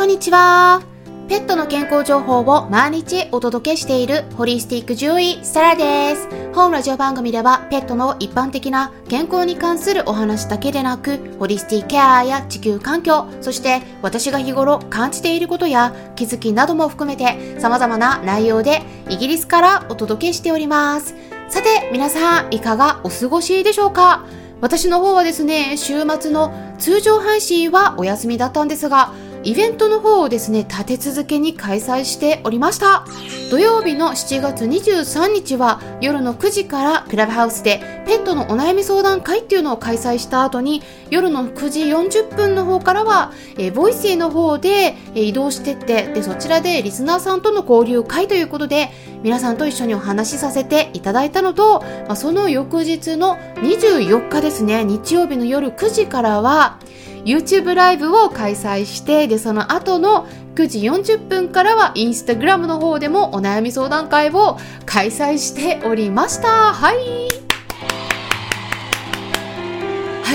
こんにちは。ペットの健康情報を毎日お届けしているホリスティック獣医サラです。本ラジオ番組ではペットの一般的な健康に関するお話だけでなく、ホリスティックケアや地球環境、そして私が日頃感じていることや気づきなども含めて様々な内容でイギリスからお届けしております。さて皆さんいかがお過ごしでしょうか？私の方はですね、週末の通常配信はお休みだったんですが、イベントの方をですね、立て続けに開催しておりました。土曜日の7月23日は夜の9時からクラブハウスでペットのお悩み相談会っていうのを開催した後に、夜の9時40分の方からはボイシーの方で移動してって、でそちらでリスナーさんとの交流会ということで皆さんと一緒にお話しさせていただいたのと、その翌日の24日ですね、日曜日の夜9時からはYouTube ライブを開催して、でその後の9時40分からはインスタグラムの方でもお悩み相談会を開催しておりました。はい、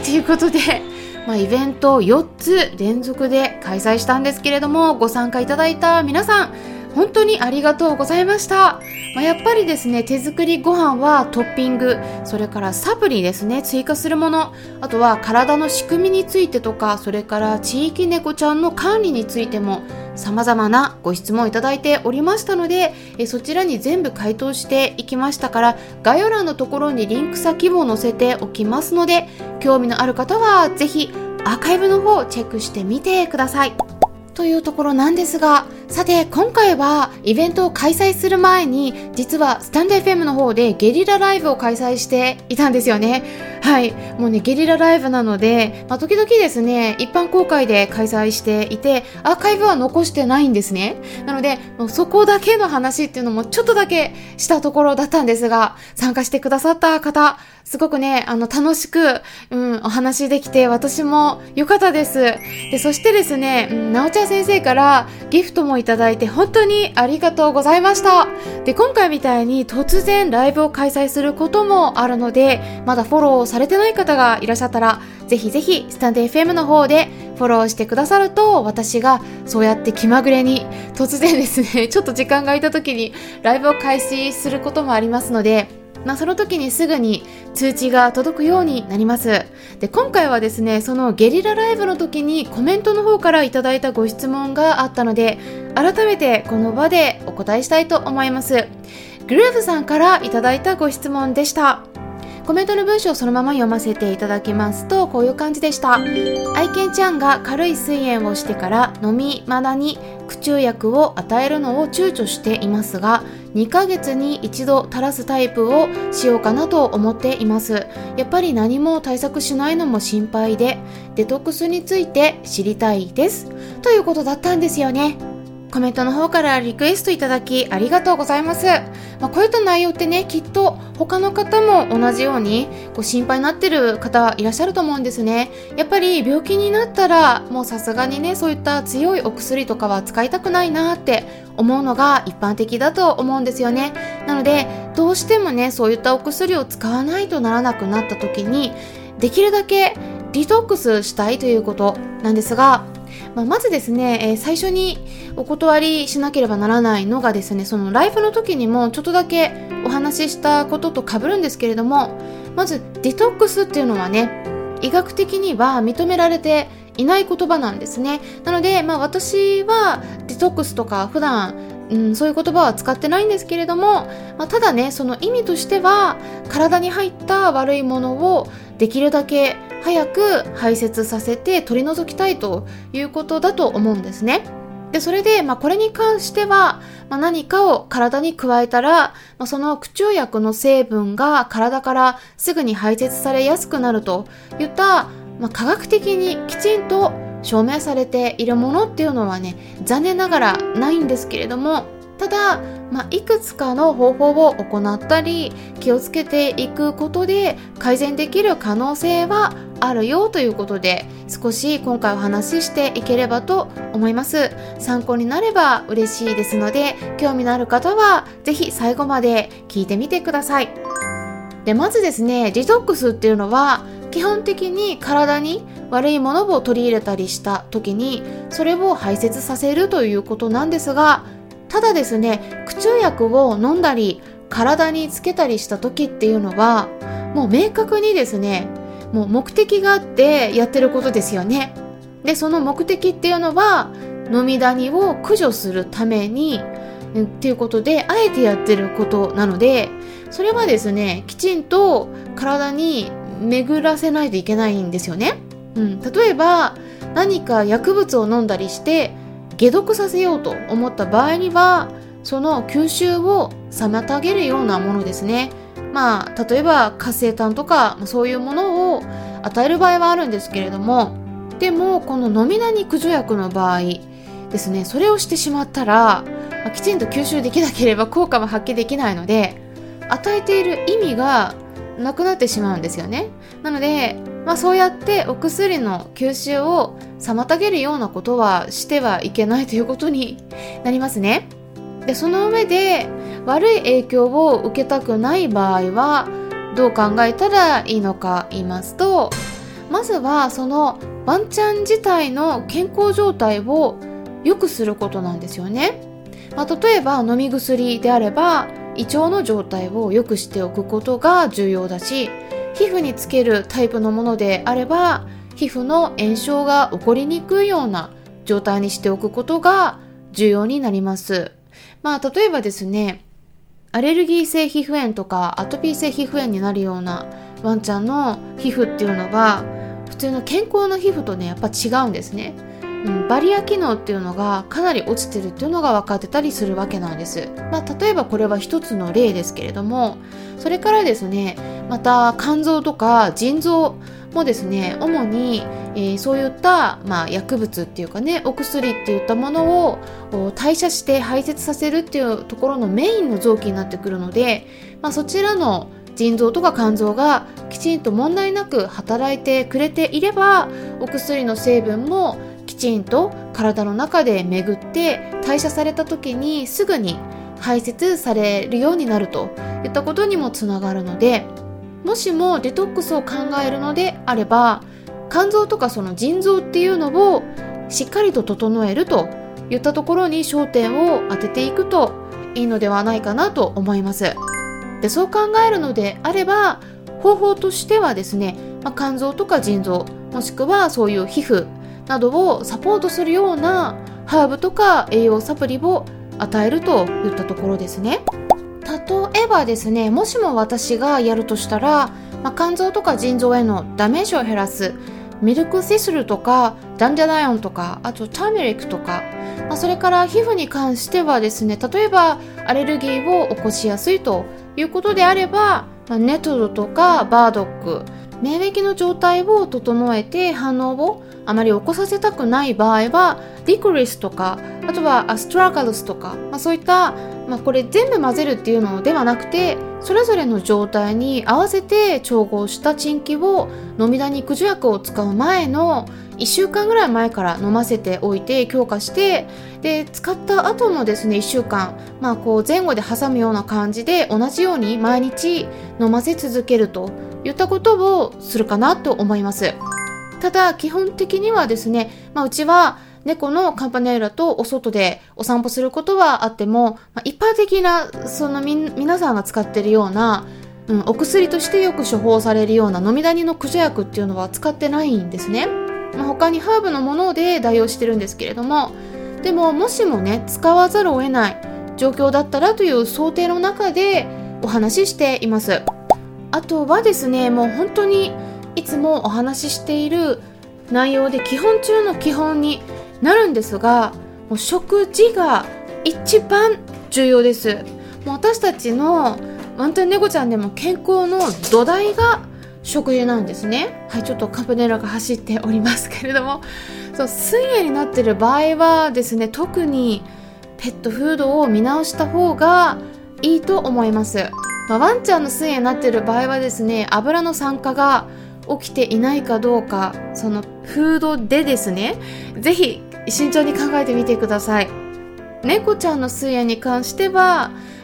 ということで、イベント4つ連続で開催したんですけれども、ご参加いただいた皆さん本当にありがとうございました。やっぱりですね、手作りご飯はトッピング、それからサプリですね、追加するもの、あとは体の仕組みについてとか、それから地域猫ちゃんの管理についても様々なご質問いただいておりましたので、そちらに全部回答していきましたから、概要欄のところにリンク先も載せておきますので、興味のある方はぜひアーカイブの方をチェックしてみてくださいというところなんですが、さて今回はイベントを開催する前に、実はスタンド FM の方でゲリラライブを開催していたんですよね。はい、もうね、ゲリラライブなので、時々ですね、一般公開で開催していて、アーカイブは残してないんですね。なのでもうそこだけの話っていうのもちょっとだけしたところだったんですが、参加してくださった方すごくね、楽しく、お話できて、私も良かったです。で、そしてですね、なおちゃん先生からギフトもいただいて本当にありがとうございました。で、今回みたいに突然ライブを開催することもあるので、まだフォローされてない方がいらっしゃったら、ぜひぜひスタンド FM の方でフォローしてくださると、私がそうやって気まぐれに突然ですね、ちょっと時間が空いた時にライブを開始することもありますので、その時にすぐに通知が届くようになります。で、今回はですね、そのゲリラライブの時にコメントの方からいただいたご質問があったので、改めてこの場でお答えしたいと思います。グルーヴさんからいただいたご質問でした。コメントの文章をそのまま読ませていただきますと、こういう感じでした。愛犬ちゃんが軽い膵炎をしてから飲みまだに駆虫薬を与えるのを躊躇していますが、2ヶ月に一度垂らすタイプをしようかなと思っています。やっぱり何も対策しないのも心配で、デトックスについて知りたいですということだったんですよね。コメントの方からリクエストいただきありがとうございます。こういった内容ってね、きっと他の方も同じように心配になってる方いらっしゃると思うんですね。やっぱり病気になったらもうさすがにね、そういった強いお薬とかは使いたくないなって思うのが一般的だと思うんですよね。なのでどうしてもね、そういったお薬を使わないとならなくなった時に、できるだけデトックスしたいということなんですが、まずですね、最初にお断りしなければならないのがですね、そのライブの時にもちょっとだけお話ししたことと被るんですけれども、まずデトックスっていうのはね、医学的には認められていない言葉なんですね。なので、私はデトックスとか普段そういう言葉は使ってないんですけれども、ただね、その意味としては体に入った悪いものをできるだけ早く排泄させて取り除きたいということだと思うんですね。で、それで、これに関しては、何かを体に加えたら、その駆虫薬の成分が体からすぐに排泄されやすくなるといった、科学的にきちんと証明されているものっていうのはね、残念ながらないんですけれども、ただ、いくつかの方法を行ったり気をつけていくことで改善できる可能性はあるよということで、少し今回お話ししていければと思います。参考になれば嬉しいですので、興味のある方はぜひ最後まで聞いてみてください。で、まずですね、デトックスっていうのは基本的に体に悪いものを取り入れたりした時にそれを排泄させるということなんですが、ただですね、駆虫薬を飲んだり体につけたりした時っていうのはもう明確にですね、もう目的があってやってることですよね。でその目的っていうのは飲みダニを駆除するためにっていうことであえてやってることなので、それはですねきちんと体に巡らせないといけないんですよね。例えば何か薬物を飲んだりして解毒させようと思った場合にはその吸収を妨げるようなものですね。例えば活性炭とかそういうものを与える場合はあるんですけれども、でもこの飲みダニ駆除薬の場合ですね、それをしてしまったらきちんと吸収できなければ効果も発揮できないので与えている意味がなくなってしまうんですよね。なので、そうやってお薬の吸収を妨げるようなことはしてはいけないということになりますね。でその上で悪い影響を受けたくない場合はどう考えたらいいのか言いますと、まずはそのワンちゃん自体の健康状態を良くすることなんですよね。例えば飲み薬であれば胃腸の状態を良くしておくことが重要だし、皮膚につけるタイプのものであれば皮膚の炎症が起こりにくいような状態にしておくことが重要になります。例えばですね、アレルギー性皮膚炎とかアトピー性皮膚炎になるようなワンちゃんの皮膚っていうのは普通の健康な皮膚とねやっぱ違うんですね。バリア機能っていうのがかなり落ちてるっていうのが分かってたりするわけなんです。例えばこれは一つの例ですけれども、それからですね、また肝臓とか腎臓もですね、主に、そういった、薬物っていうかね、お薬っていったものを代謝して排泄させるっていうところのメインの臓器になってくるので、そちらの腎臓とか肝臓がきちんと問題なく働いてくれていれば、お薬の成分もきちんと体の中で巡って代謝された時にすぐに排泄されるようになるといったことにもつながるので、もしもデトックスを考えるのであれば肝臓とかその腎臓っていうのをしっかりと整えるといったところに焦点を当てていくといいのではないかなと思います。でそう考えるのであれば方法としてはですね、肝臓とか腎臓もしくはそういう皮膚などをサポートするようなハーブとか栄養サプリを与えるといったところですね。例えばですね、もしも私がやるとしたら、肝臓とか腎臓へのダメージを減らすミルクセスルとかダンジャライオンとか、あとターメリックとか、それから皮膚に関してはですね、例えばアレルギーを起こしやすいということであれば、ネトロとかバードック、免疫の状態を整えて反応をあまり起こさせたくない場合はリコリスとか、あとはアストラガルスとか、そういった、これ全部混ぜるっていうのではなくて、それぞれの状態に合わせて調合した鎮気を飲みダニ駆除薬を使う前の1週間ぐらい前から飲ませておいて強化して、で使った後のですね1週間、こう前後で挟むような感じで同じように毎日飲ませ続けるといったことをするかなと思います。ただ基本的にはですね、うちは猫のカンパネラとお外でお散歩することはあっても、一般的なその皆さんが使っているような、お薬としてよく処方されるような飲みダニの駆除薬っていうのは使ってないんですね。他にハーブのもので代用してるんですけれども、でももしもね使わざるを得ない状況だったらという想定の中でお話ししています。あとはですね、もう本当にいつもお話ししている内容で基本中の基本になるんですが、もう食事が一番重要です。もう私たちのワンタン猫ちゃんでも健康の土台が食事なんですね。はい、ちょっとカンパネラが走っておりますけれども、そう水炎になっている場合はですね、特にペットフードを見直した方がいいと思います。ワンちゃんの水炎になっている場合はですね、油の酸化が起きていないかどうか、そのフードでですね、ぜひ慎重に考えてみてください。猫ちゃんの水炎に関しては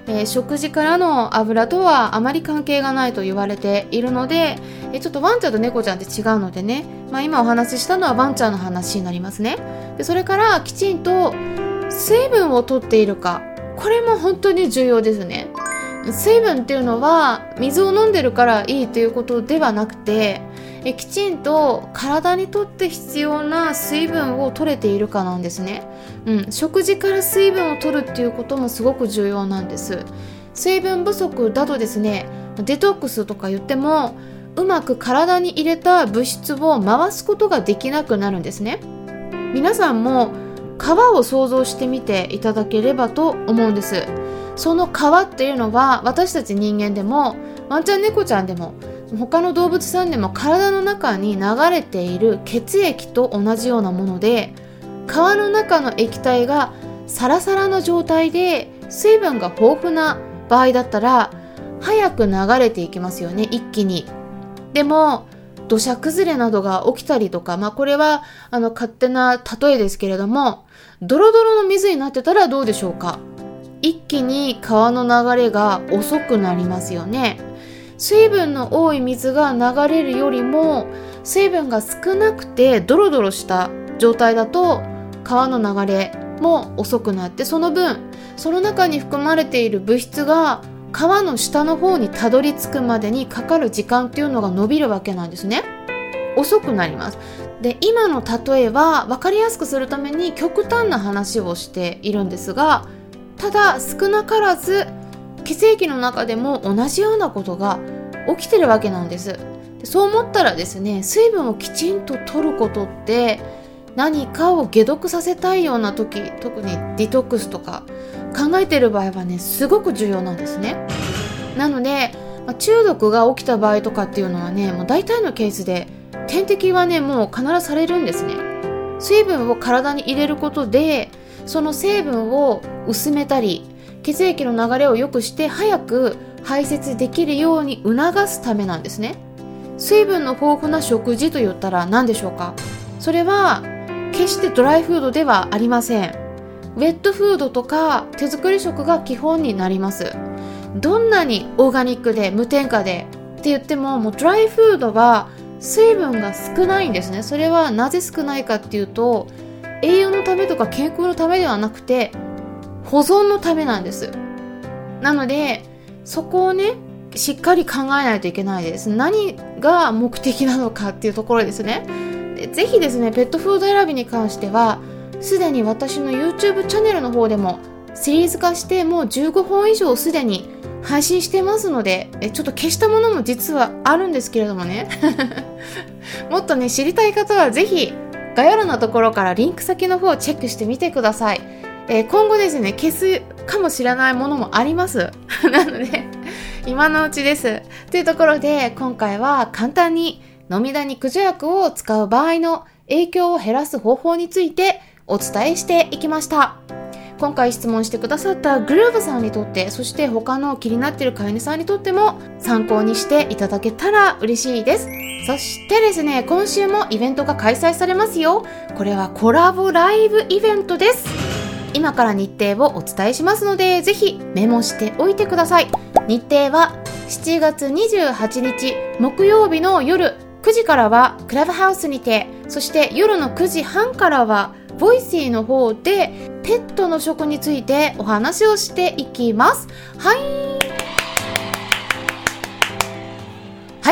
食事からの油とはあまり関係がないと言われているので、ちょっとワンちゃんと猫ちゃんって違うのでね、今お話ししたのはワンちゃんの話になりますね。でそれからきちんと水分を取っているか、これも本当に重要ですね。水分っていうのは水を飲んでるからいいということではなくて、きちんと体にとって必要な水分を取れているかなんですね。食事から水分を取るっていうこともすごく重要なんです。水分不足だとですね、デトックスとか言ってもうまく体に入れた物質を回すことができなくなるんですね。皆さんも川を想像してみていただければと思うんです。その川っていうのは私たち人間でもワンちゃん猫ちゃんでも他の動物さんでも体の中に流れている血液と同じようなもので、川の中の液体がサラサラの状態で水分が豊富な場合だったら早く流れていきますよね、一気に。でも土砂崩れなどが起きたりとか、これは勝手な例えですけれども、ドロドロの水になってたらどうでしょうか。一気に川の流れが遅くなりますよね。水分の多い水が流れるよりも水分が少なくてドロドロした状態だと川の流れも遅くなって、その分その中に含まれている物質が川の下の方にたどり着くまでにかかる時間っていうのが伸びるわけなんですね。遅くなります。で、今の例えは分かりやすくするために極端な話をしているんですが、ただ少なからず血液の中でも同じようなことが起きてるわけなんです。でそう思ったらですね、水分をきちんと取ることって何かを解毒させたいような時、特にデトックスとか考えている場合はね、すごく重要なんですね。なので、中毒が起きた場合とかっていうのはね、もう大体のケースで点滴はね、もう必ずされるんですね。水分を体に入れることでその成分を薄めたり血液の流れを良くして早く排泄できるように促すためなんですね。水分の豊富な食事と言ったら何でしょうか。それは決してドライフードではありません。ウェットフードとか手作り食が基本になります。どんなにオーガニックで無添加でって言っても、もうドライフードは水分が少ないんですね。それはなぜ少ないかっていうと、栄養のためとか健康のためではなくて保存のためなんです。なのでそこをね、しっかり考えないといけないです。何が目的なのかっていうところですね。でぜひですね、ペットフード選びに関してはすでに私の YouTube チャンネルの方でもシリーズ化してもう15本以上すでに配信してますので、ちょっと消したものも実はあるんですけれどもねもっとね知りたい方はぜひ概要欄のところからリンク先の方をチェックしてみてください。今後ですね、消すかもしれないものもありますなので今のうちですというところで、今回は簡単に飲みダニ駆除薬を使う場合の影響を減らす方法についてお伝えしていきました。今回質問してくださったグルーヴさんにとって、そして他の気になっている飼い主さんにとっても参考にしていただけたら嬉しいです。そしてですね、今週もイベントが開催されますよ。これはコラボライブイベントです。今から日程をお伝えしますので、ぜひメモしておいてください。日程は7月28日木曜日の夜9時からはクラブハウスにて、そして夜の9時半からはボイシーの方でペットの食についてお話をしていきます。はい、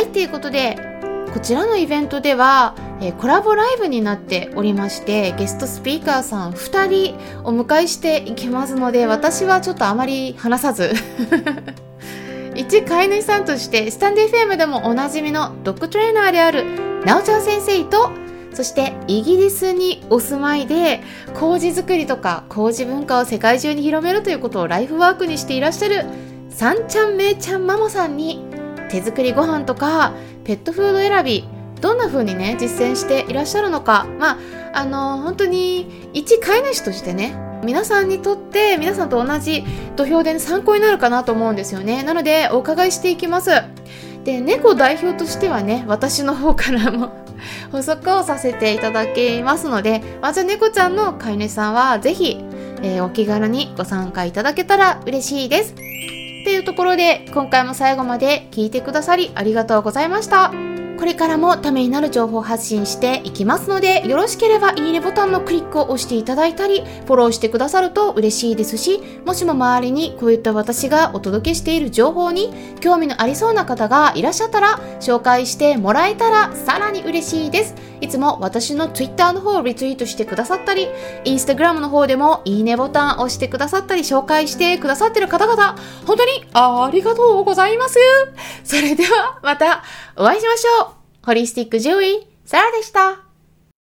ということでこちらのイベントではコラボライブになっておりまして、ゲストスピーカーさん2人お迎えしていきますので、私はちょっとあまり話さず一飼い主さんとしてスタンデー FM でもおなじみのドッグトレーナーであるなおちゃん先生と、そしてイギリスにお住まいで麹作りとか麹文化を世界中に広めるということをライフワークにしていらっしゃるさんちゃんめいちゃんママさんに、手作りご飯とかペットフード選びどんな風にね実践していらっしゃるのか、本当に一飼い主としてね、皆さんにとって皆さんと同じ土俵で、参考になるかなと思うんですよね。なのでお伺いしていきます。で、猫代表としてはね、私の方からも補足をさせていただきますので、じゃあ猫ちゃんの飼い主さんはぜひ、お気軽にご参加いただけたら嬉しいです。 っていうところで、今回も最後まで聞いてくださりありがとうございました。これからもためになる情報を発信していきますので、よろしければいいねボタンのクリックを押していただいたり、フォローしてくださると嬉しいですし、もしも周りにこういった私がお届けしている情報に興味のありそうな方がいらっしゃったら、紹介してもらえたらさらに嬉しいです。いつも私の Twitter の方をリツイートしてくださったり、Instagram の方でもいいねボタンを押してくださったり、紹介してくださってる方々、本当にありがとうございます。それではまたお会いしましょう。ホリスティック獣医、サラでした。